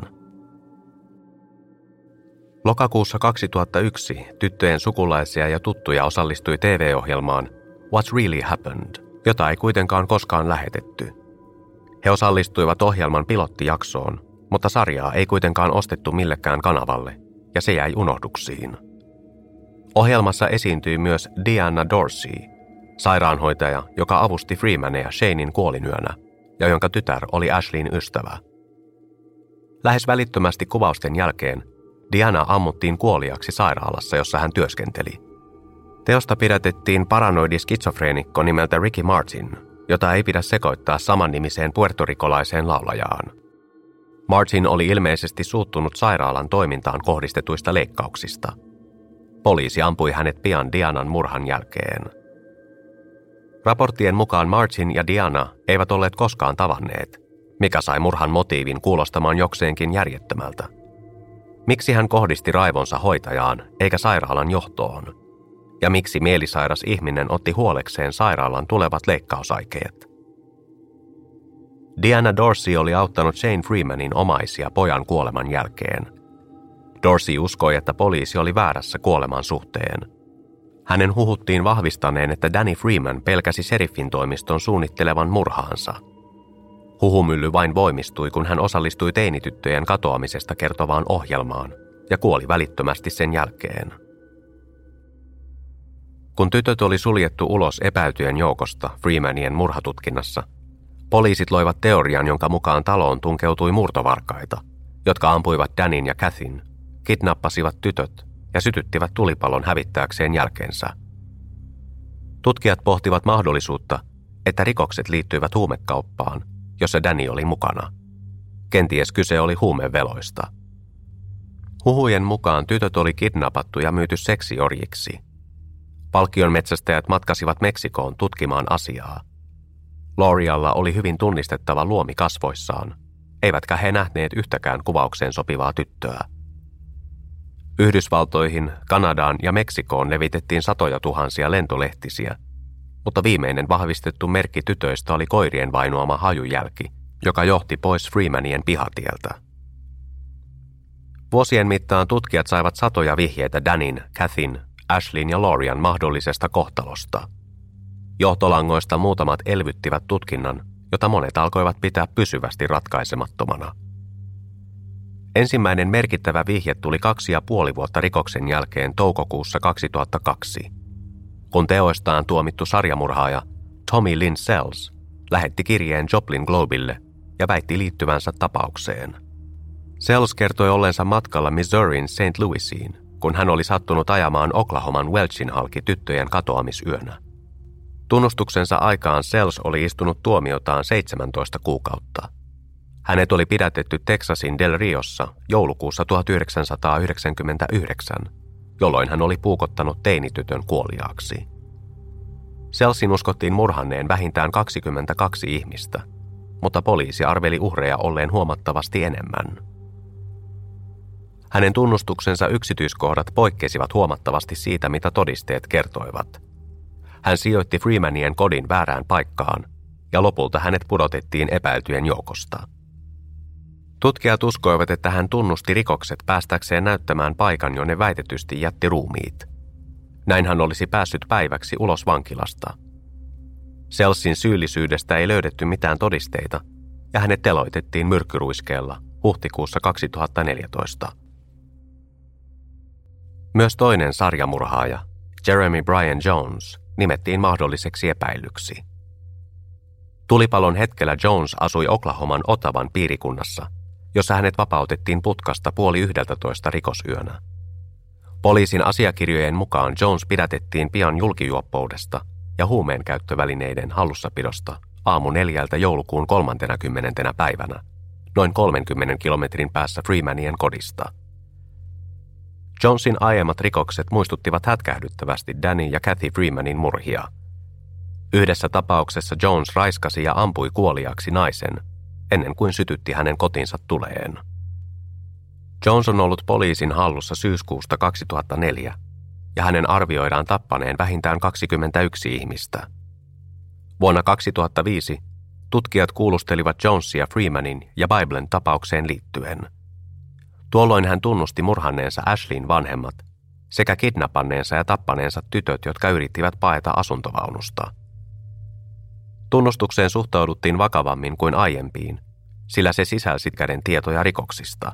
Lokakuussa 2001 tyttöjen sukulaisia ja tuttuja osallistui TV-ohjelmaan What's Really Happened, jota ei kuitenkaan koskaan lähetetty. He osallistuivat ohjelman pilottijaksoon, mutta sarjaa ei kuitenkaan ostettu millekään kanavalle, ja se jäi unohduksiin. Ohjelmassa esiintyi myös Diana Dorsey, sairaanhoitaja, joka avusti Freemaneja Shanein kuolinyönä, ja jonka tytär oli Ashleyn ystävä. Lähes välittömästi kuvausten jälkeen Diana ammuttiin kuoliaksi sairaalassa, jossa hän työskenteli. Teosta pidätettiin paranoidi skitsofreenikko nimeltä Ricky Martin, jota ei pidä sekoittaa samannimiseen puertorikolaiseen laulajaan. Martin oli ilmeisesti suuttunut sairaalan toimintaan kohdistetuista leikkauksista. Poliisi ampui hänet pian Dianan murhan jälkeen. Raporttien mukaan Martin ja Diana eivät olleet koskaan tavanneet, mikä sai murhan motiivin kuulostamaan jokseenkin järjettömältä. Miksi hän kohdisti raivonsa hoitajaan eikä sairaalan johtoon? Ja miksi mielisairas ihminen otti huolekseen sairaalan tulevat leikkausaikeet? Diana Dorsey oli auttanut Shane Freemanin omaisia pojan kuoleman jälkeen. Dorsey uskoi, että poliisi oli väärässä kuoleman suhteen. Hänen huhuttiin vahvistaneen, että Danny Freeman pelkäsi sheriffin toimiston suunnittelevan murhaansa. Huhumylly vain voimistui, kun hän osallistui teinityttöjen katoamisesta kertovaan ohjelmaan ja kuoli välittömästi sen jälkeen. Kun tytöt oli suljettu ulos epäiltyjen joukosta Freemanien murhatutkinnassa, poliisit loivat teorian, jonka mukaan taloon tunkeutui murtovarkaita, jotka ampuivat Danin ja Kathyn, kidnappasivat tytöt ja sytyttivät tulipalon hävittääkseen jälkeensä. Tutkijat pohtivat mahdollisuutta, että rikokset liittyivät huumekauppaan, jossa Danny oli mukana. Kenties kyse oli huumeveloista. Huhujen mukaan tytöt oli kidnappattu ja myyty seksiorjiksi. Palkkionmetsästäjät matkasivat Meksikoon tutkimaan asiaa. Laurialla oli hyvin tunnistettava luomi kasvoissaan, eivätkä he nähneet yhtäkään kuvaukseen sopivaa tyttöä. Yhdysvaltoihin, Kanadaan ja Meksikoon levitettiin satoja tuhansia lentolehtisiä, mutta viimeinen vahvistettu merkki tytöistä oli koirien vainoama hajujälki, joka johti pois Freemanien pihatieltä. Vuosien mittaan tutkijat saivat satoja vihjeitä Danin, Kathyn, Ashleyn ja Laurian mahdollisesta kohtalosta. Johtolangoista muutamat elvyttivät tutkinnan, jota monet alkoivat pitää pysyvästi ratkaisemattomana. Ensimmäinen merkittävä vihje tuli 2,5 vuotta rikoksen jälkeen toukokuussa 2002, kun teoistaan tuomittu sarjamurhaaja Tommy Lynn Sells lähetti kirjeen Joplin Globelle ja väitti liittyvänsä tapaukseen. Sells kertoi ollensa matkalla Missourin St. Louisiin, kun hän oli sattunut ajamaan Oklahoman Welchin halki tyttöjen katoamisyönä. Tunnustuksensa aikaan Sells oli istunut tuomiotaan 17 kuukautta. Hänet oli pidätetty Texasin Del Riossa joulukuussa 1999, jolloin hän oli puukottanut teinitytön kuoliaaksi. Sellsin uskottiin murhanneen vähintään 22 ihmistä, mutta poliisi arveli uhreja olleen huomattavasti enemmän. Hänen tunnustuksensa yksityiskohdat poikkesivat huomattavasti siitä, mitä todisteet kertoivat. Hän sijoitti Freemanien kodin väärään paikkaan, ja lopulta hänet pudotettiin epäiltyjen joukosta. Tutkijat uskoivat, että hän tunnusti rikokset päästäkseen näyttämään paikan, jonne väitetysti jätti ruumiit. Näin hän olisi päässyt päiväksi ulos vankilasta. Sellsin syyllisyydestä ei löydetty mitään todisteita, ja hänet teloitettiin myrkkyruiskeella huhtikuussa 2014. Myös toinen sarjamurhaaja, Jeremy Brian Jones, nimettiin mahdolliseksi epäilyksi. Tulipalon hetkellä Jones asui Oklahoman Ottawan piirikunnassa, jossa hänet vapautettiin putkasta 10:30 rikosyönä. Poliisin asiakirjojen mukaan Jones pidätettiin pian julkijuoppoudesta ja huumeenkäyttövälineiden hallussapidosta aamu 4 joulukuun 30. päivänä, noin 30 kilometrin päässä Freemanien kodista. Jonesin aiemmat rikokset muistuttivat hätkähdyttävästi Danny ja Kathy Freemanin murhia. Yhdessä tapauksessa Jones raiskasi ja ampui kuoliaaksi naisen, ennen kuin sytytti hänen kotinsa tuleen. Jones on ollut poliisin hallussa syyskuusta 2004, ja hänen arvioidaan tappaneen vähintään 21 ihmistä. Vuonna 2005 tutkijat kuulustelivat Jonesia Freemanin ja Biblen tapaukseen liittyen. Tuolloin hän tunnusti murhanneensa Ashleyn vanhemmat sekä kidnappanneensa ja tappaneensa tytöt, jotka yrittivät paeta asuntovaunusta. Tunnustukseen suhtauduttiin vakavammin kuin aiempiin, sillä se sisälsi käden tietoja rikoksista.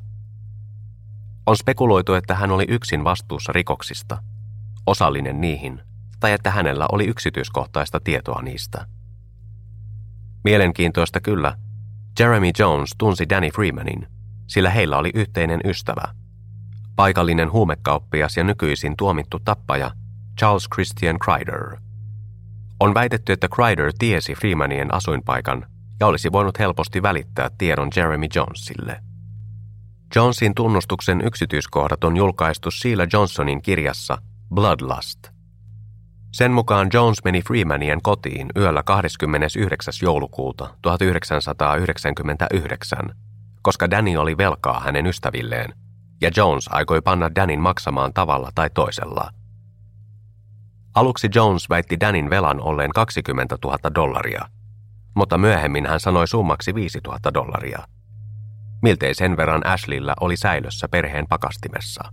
On spekuloitu, että hän oli yksin vastuussa rikoksista, osallinen niihin, tai että hänellä oli yksityiskohtaista tietoa niistä. Mielenkiintoista kyllä, Jeremy Jones tunsi Danny Freemanin, sillä heillä oli yhteinen ystävä, paikallinen huumekauppias ja nykyisin tuomittu tappaja Charles Christian Crider. On väitetty, että Crider tiesi Freemanien asuinpaikan ja olisi voinut helposti välittää tiedon Jeremy Jonesille. Jonesin tunnustuksen yksityiskohdat on julkaistu Sheila Johnsonin kirjassa Bloodlust. Sen mukaan Jones meni Freemanien kotiin yöllä 29. joulukuuta 1999, koska Danny oli velkaa hänen ystävilleen, ja Jones aikoi panna Dannyn maksamaan tavalla tai toisella. Aluksi Jones väitti Dannyn velan olleen $20,000, mutta myöhemmin hän sanoi summaksi $5,000. Miltei sen verran Ashleyllä oli säilössä perheen pakastimessa.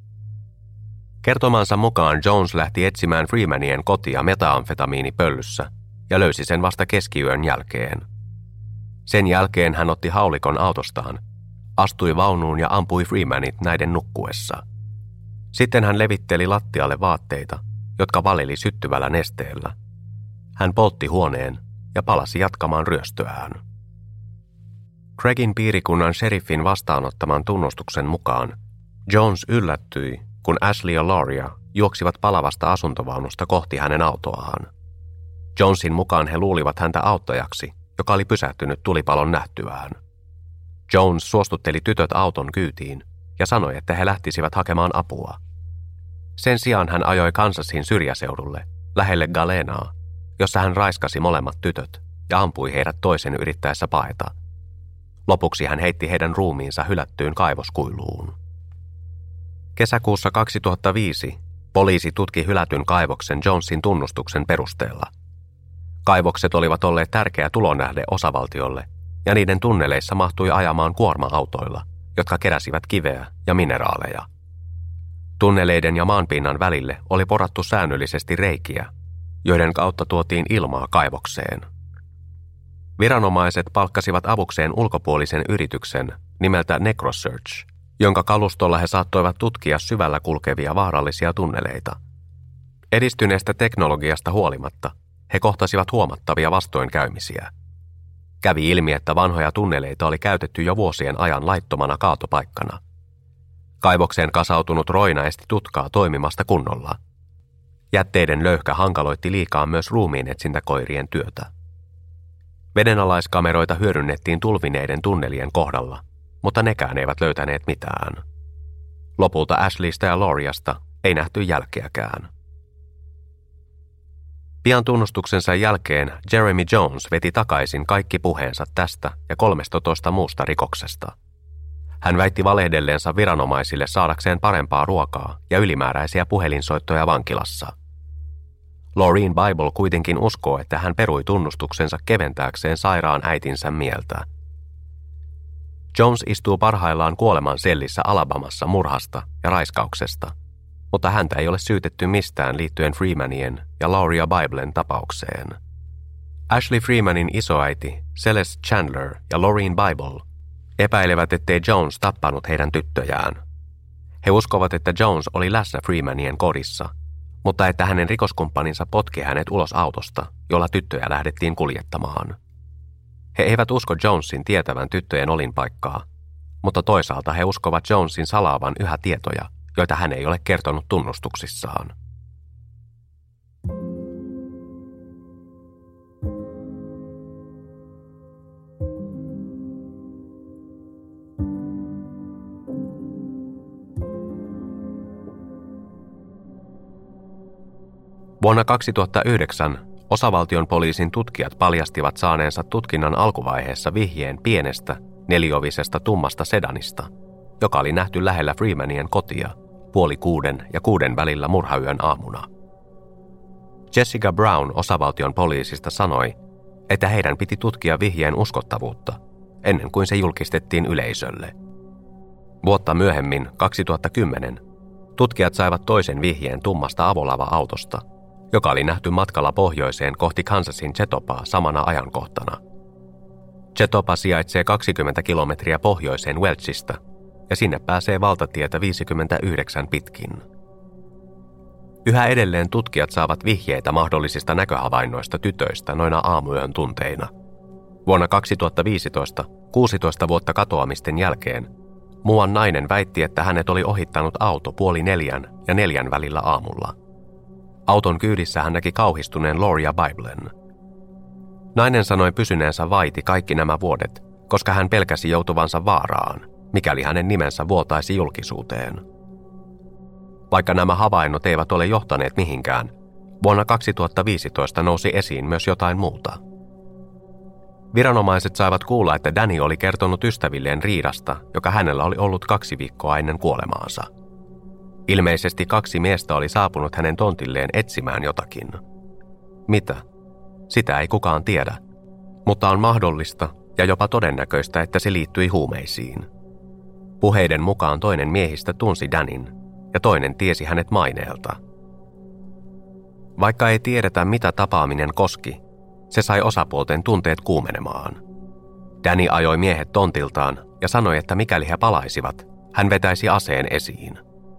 Kertomansa mukaan Jones lähti etsimään Freemanien kotia metaamfetamiinipöllyssä ja löysi sen vasta keskiyön jälkeen. Sen jälkeen hän otti haulikon autostaan, astui vaunuun ja ampui Freemanit näiden nukkuessa. Sitten hän levitteli lattialle vaatteita, jotka valeli syttyvällä nesteellä. Hän poltti huoneen ja palasi jatkamaan ryöstöään. Craigin piirikunnan sheriffin vastaanottaman tunnustuksen mukaan Jones yllättyi, kun Ashley ja Lauria juoksivat palavasta asuntovaunusta kohti hänen autoaan. Jonesin mukaan he luulivat häntä auttajaksi, joka oli pysähtynyt tulipalon nähtyään. Jones suostutteli tytöt auton kyytiin ja sanoi, että he lähtisivät hakemaan apua. Sen sijaan hän ajoi Kansasin syrjäseudulle, lähelle Galenaa, jossa hän raiskasi molemmat tytöt ja ampui heidät toisen yrittäessä paeta. Lopuksi hän heitti heidän ruumiinsa hylättyyn kaivoskuiluun. Kesäkuussa 2005 poliisi tutki hylätyn kaivoksen Jonesin tunnustuksen perusteella. Kaivokset olivat olleet tärkeä tulonlähde osavaltiolle, ja niiden tunneleissa mahtui ajamaan kuorma-autoilla, jotka keräsivät kiveä ja mineraaleja. Tunneleiden ja maanpinnan välille oli porattu säännöllisesti reikiä, joiden kautta tuotiin ilmaa kaivokseen. Viranomaiset palkkasivat avukseen ulkopuolisen yrityksen nimeltä Necrosearch, jonka kalustolla he saattoivat tutkia syvällä kulkevia vaarallisia tunneleita. Edistyneestä teknologiasta huolimatta he kohtasivat huomattavia vastoinkäymisiä. Kävi ilmi, että vanhoja tunneleita oli käytetty jo vuosien ajan laittomana kaatopaikkana. Kaivokseen kasautunut roina esti tutkaa toimimasta kunnolla. Jätteiden löyhkä hankaloitti liikaa myös ruumiinetsintäkoirien työtä. Vedenalaiskameroita hyödynnettiin tulvineiden tunnelien kohdalla, mutta nekään eivät löytäneet mitään. Lopulta Ashleystä ja Lauriasta ei nähty jälkeäkään. Pian tunnustuksensa jälkeen Jeremy Jones veti takaisin kaikki puheensa tästä ja 13 muusta rikoksesta. Hän väitti valehdelleensa viranomaisille saadakseen parempaa ruokaa ja ylimääräisiä puhelinsoittoja vankilassa. Laureen Bible kuitenkin uskoo, että hän perui tunnustuksensa keventääkseen sairaan äitinsä mieltä. Jones istuu parhaillaan kuoleman sellissä Alabamassa murhasta ja raiskauksesta, mutta häntä ei ole syytetty mistään liittyen Freemanien ja Lauria Biblen tapaukseen. Ashley Freemanin isoäiti Celeste Chandler ja Laureen Bible epäilevät, ettei Jones tappanut heidän tyttöjään. He uskovat, että Jones oli läsnä Freemanien kodissa, mutta että hänen rikoskumppaninsa potki hänet ulos autosta, jolla tyttöjä lähdettiin kuljettamaan. He eivät usko Jonesin tietävän tyttöjen olinpaikkaa, mutta toisaalta he uskovat Jonesin salaavan yhä tietoja, joita hän ei ole kertonut tunnustuksissaan. Vuonna 2009 osavaltion poliisin tutkijat paljastivat saaneensa tutkinnan alkuvaiheessa vihjeen pienestä, neliovisesta tummasta sedanista, joka oli nähty lähellä Freemanien kotia 5:30 ja 6 välillä murhayön aamuna. Jessica Brown osavaltion poliisista sanoi, että heidän piti tutkia vihjeen uskottavuutta ennen kuin se julkistettiin yleisölle. Vuotta myöhemmin, 2010, tutkijat saivat toisen vihjeen tummasta avolava-autosta, joka oli nähty matkalla pohjoiseen kohti Kansasin Chetopaa samana ajankohtana. Chetopa sijaitsee 20 kilometriä pohjoiseen Welchistä, ja sinne pääsee valtatietä 59 pitkin. Yhä edelleen tutkijat saavat vihjeitä mahdollisista näköhavainnoista tytöistä noina aamuyön tunteina. Vuonna 2015, 16 vuotta katoamisten jälkeen, muuan nainen väitti, että hänet oli ohittanut auto 3:30 ja 4 välillä aamulla. Auton kyydissä hän näki kauhistuneen Lauria Biblen. Nainen sanoi pysyneensä vaiti kaikki nämä vuodet, koska hän pelkäsi joutuvansa vaaraan, mikäli hänen nimensä vuotaisi julkisuuteen. Vaikka nämä havainnot eivät ole johtaneet mihinkään, vuonna 2015 nousi esiin myös jotain muuta. Viranomaiset saivat kuulla, että Danny oli kertonut ystävilleen riidasta, joka hänellä oli ollut 2 viikkoa ennen kuolemaansa. Ilmeisesti 2 miestä oli saapunut hänen tontilleen etsimään jotakin. Mitä? Sitä ei kukaan tiedä, mutta on mahdollista ja jopa todennäköistä, että se liittyi huumeisiin. Puheiden mukaan toinen miehistä tunsi Dannyn ja toinen tiesi hänet maineelta. Vaikka ei tiedetä, mitä tapaaminen koski, se sai osapuolten tunteet kuumenemaan. Danny ajoi miehet tontiltaan ja sanoi, että mikäli he palaisivat, hän vetäisi aseen esiin.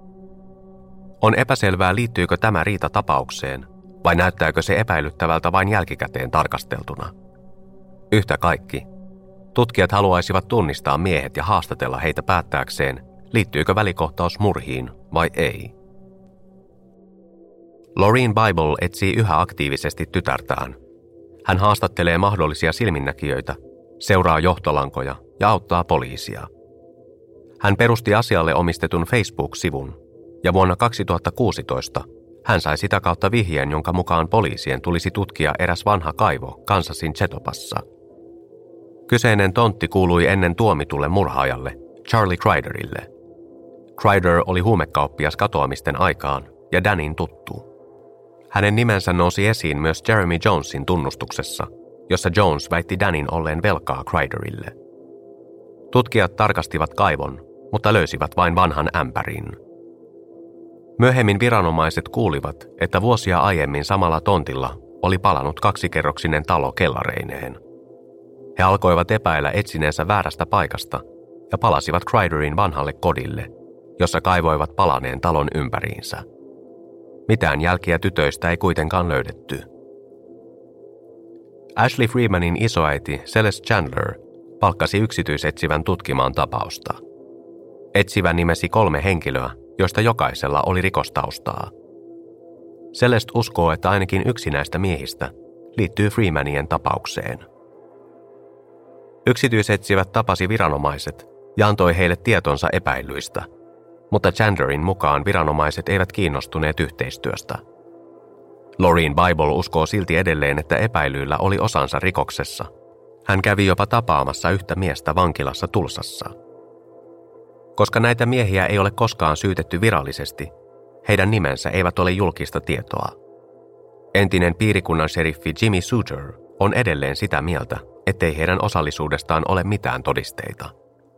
On epäselvää, liittyykö tämä riita tapaukseen, vai näyttääkö se epäilyttävältä vain jälkikäteen tarkasteltuna. Yhtä kaikki, tutkijat haluaisivat tunnistaa miehet ja haastatella heitä päättääkseen, liittyykö välikohtaus murhiin vai ei. Laureen Bible etsii yhä aktiivisesti tytärtään. Hän haastattelee mahdollisia silminnäkijöitä, seuraa johtolankoja ja auttaa poliisia. Hän perusti asialle omistetun Facebook-sivun, ja vuonna 2016 hän sai sitä kautta vihjeen, jonka mukaan poliisien tulisi tutkia eräs vanha kaivo Kansasin Chetopassa. Kyseinen tontti kuului ennen tuomitulle murhaajalle, Charlie Criderille. Crider oli huumekauppias katoamisten aikaan ja Dannyn tuttu. Hänen nimensä nousi esiin myös Jeremy Jonesin tunnustuksessa, jossa Jones väitti Dannyn olleen velkaa Criderille. Tutkijat tarkastivat kaivon, mutta löysivät vain vanhan ämpärin. Myöhemmin viranomaiset kuulivat, että vuosia aiemmin samalla tontilla oli palanut 2-kerroksinen talo kellareineen. He alkoivat epäillä etsineensä väärästä paikasta ja palasivat Kryderin vanhalle kodille, jossa kaivoivat palaneen talon ympäriinsä. Mitään jälkiä tytöistä ei kuitenkaan löydetty. Ashley Freemanin isoäiti Celeste Chandler palkkasi yksityisetsivän tutkimaan tapausta. Etsivä nimesi 3 henkilöä, joista jokaisella oli rikostaustaa. Celeste uskoo, että ainakin yksi näistä miehistä liittyy Freemanien tapaukseen. Yksityisetsivät tapasi viranomaiset ja antoi heille tietonsa epäilyistä, mutta Chandlerin mukaan viranomaiset eivät kiinnostuneet yhteistyöstä. Loreen Bible uskoo silti edelleen, että epäilyillä oli osansa rikoksessa. Hän kävi jopa tapaamassa yhtä miestä vankilassa Tulsassa. Koska näitä miehiä ei ole koskaan syytetty virallisesti, heidän nimensä eivät ole julkista tietoa. Entinen piirikunnan sheriffi Jimmy Suter on edelleen sitä mieltä, ettei heidän osallisuudestaan ole mitään todisteita.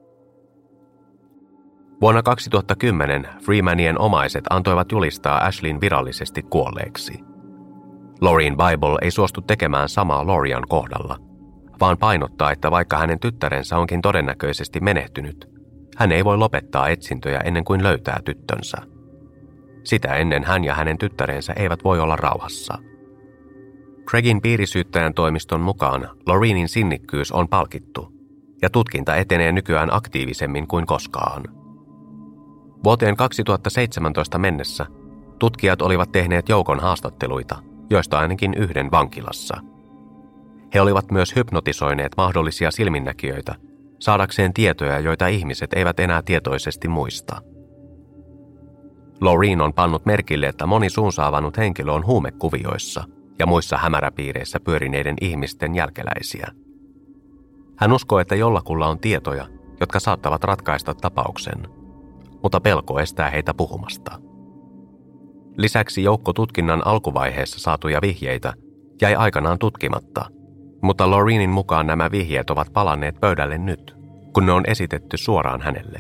Vuonna 2010 Freemanien omaiset antoivat julistaa Ashleyn virallisesti kuolleeksi. Loreen Bible ei suostu tekemään samaa Lorian kohdalla, vaan painottaa, että vaikka hänen tyttärensä onkin todennäköisesti menehtynyt, hän ei voi lopettaa etsintöjä ennen kuin löytää tyttönsä. Sitä ennen hän ja hänen tyttärensä eivät voi olla rauhassa. Craigin piirisyyttäjän toimiston mukaan Loreenin sinnikkyys on palkittu, ja tutkinta etenee nykyään aktiivisemmin kuin koskaan. Vuoteen 2017 mennessä tutkijat olivat tehneet joukon haastatteluita, joista ainakin yhden vankilassa. He olivat myös hypnotisoineet mahdollisia silminnäkijöitä saadakseen tietoja, joita ihmiset eivät enää tietoisesti muista. Loreen on pannut merkille, että moni suunsa avannut henkilö on huumekuvioissa ja muissa hämäräpiireissä pyörineiden ihmisten jälkeläisiä. Hän uskoo, että jollakulla on tietoja, jotka saattavat ratkaista tapauksen, mutta pelko estää heitä puhumasta. Lisäksi joukko tutkinnan alkuvaiheessa saatuja vihjeitä jäi aikanaan tutkimatta, mutta Loreenin mukaan nämä vihjeet ovat palanneet pöydälle nyt, kun ne on esitetty suoraan hänelle.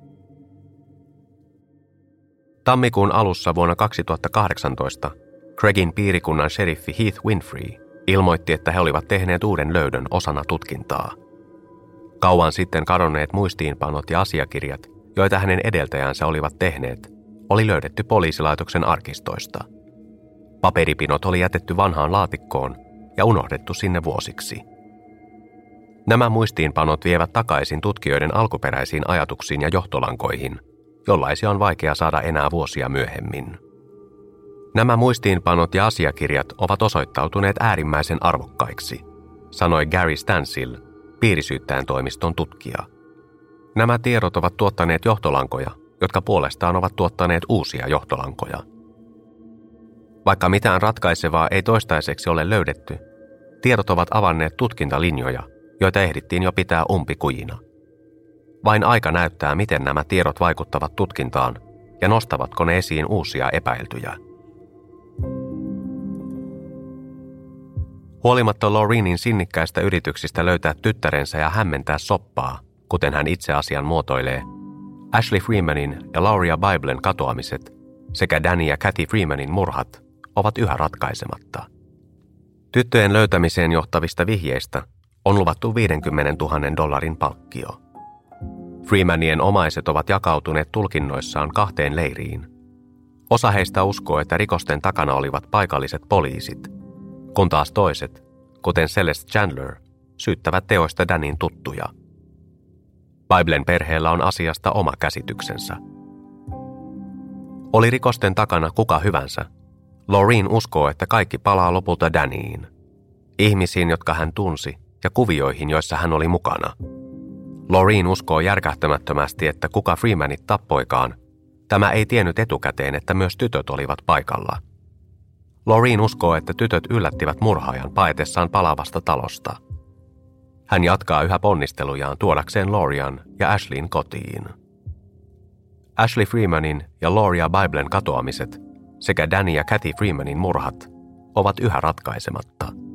Tammikuun alussa vuonna 2018 Craigin piirikunnan sheriffi Heath Winfrey ilmoitti, että he olivat tehneet uuden löydön osana tutkintaa. Kauan sitten kadonneet muistiinpanot ja asiakirjat, joita hänen edeltäjänsä olivat tehneet, oli löydetty poliisilaitoksen arkistoista. Paperipinot oli jätetty vanhaan laatikkoon ja unohdettu sinne vuosiksi. Nämä muistiinpanot vievät takaisin tutkijoiden alkuperäisiin ajatuksiin ja johtolankoihin, jollaisia on vaikea saada enää vuosia myöhemmin. Nämä muistiinpanot ja asiakirjat ovat osoittautuneet äärimmäisen arvokkaiksi, sanoi Gary Stansill, piirisyyttäjän toimiston tutkija. Nämä tiedot ovat tuottaneet johtolankoja, jotka puolestaan ovat tuottaneet uusia johtolankoja. Vaikka mitään ratkaisevaa ei toistaiseksi ole löydetty, tiedot ovat avanneet tutkintalinjoja, joita ehdittiin jo pitää umpikujina. Vain aika näyttää, miten nämä tiedot vaikuttavat tutkintaan ja nostavatko ne esiin uusia epäiltyjä. Huolimatta Loreenin sinnikkäistä yrityksistä löytää tyttärensä ja hämmentää soppaa, kuten hän itse asian muotoilee, Ashley Freemanin ja Lauria Biblen katoamiset sekä Danny ja Kathy Freemanin murhat ovat yhä ratkaisematta. Tyttöjen löytämiseen johtavista vihjeistä on luvattu $50,000 palkkio. Freemanien omaiset ovat jakautuneet tulkinnoissaan 2 leiriin. Osa heistä uskoo, että rikosten takana olivat paikalliset poliisit, kun taas toiset, kuten Celeste Chandler, syyttävät teoista Dannyn tuttuja. Biblen perheellä on asiasta oma käsityksensä. Oli rikosten takana kuka hyvänsä, Loreen uskoo, että kaikki palaa lopulta Dannyin, ihmisiin, jotka hän tunsi, ja kuvioihin, joissa hän oli mukana. Loreen uskoo järkähtämättömästi, että kuka Freemanit tappoikaan, tämä ei tiennyt etukäteen, että myös tytöt olivat paikalla. Loreen uskoo, että tytöt yllättivät murhaajan paetessaan palavasta talosta. Hän jatkaa yhä ponnistelujaan tuodakseen Lorian ja Ashleyn kotiin. Ashley Freemanin ja Lauria Biblen katoamiset sekä Danny ja Kathy Freemanin murhat ovat yhä ratkaisematta.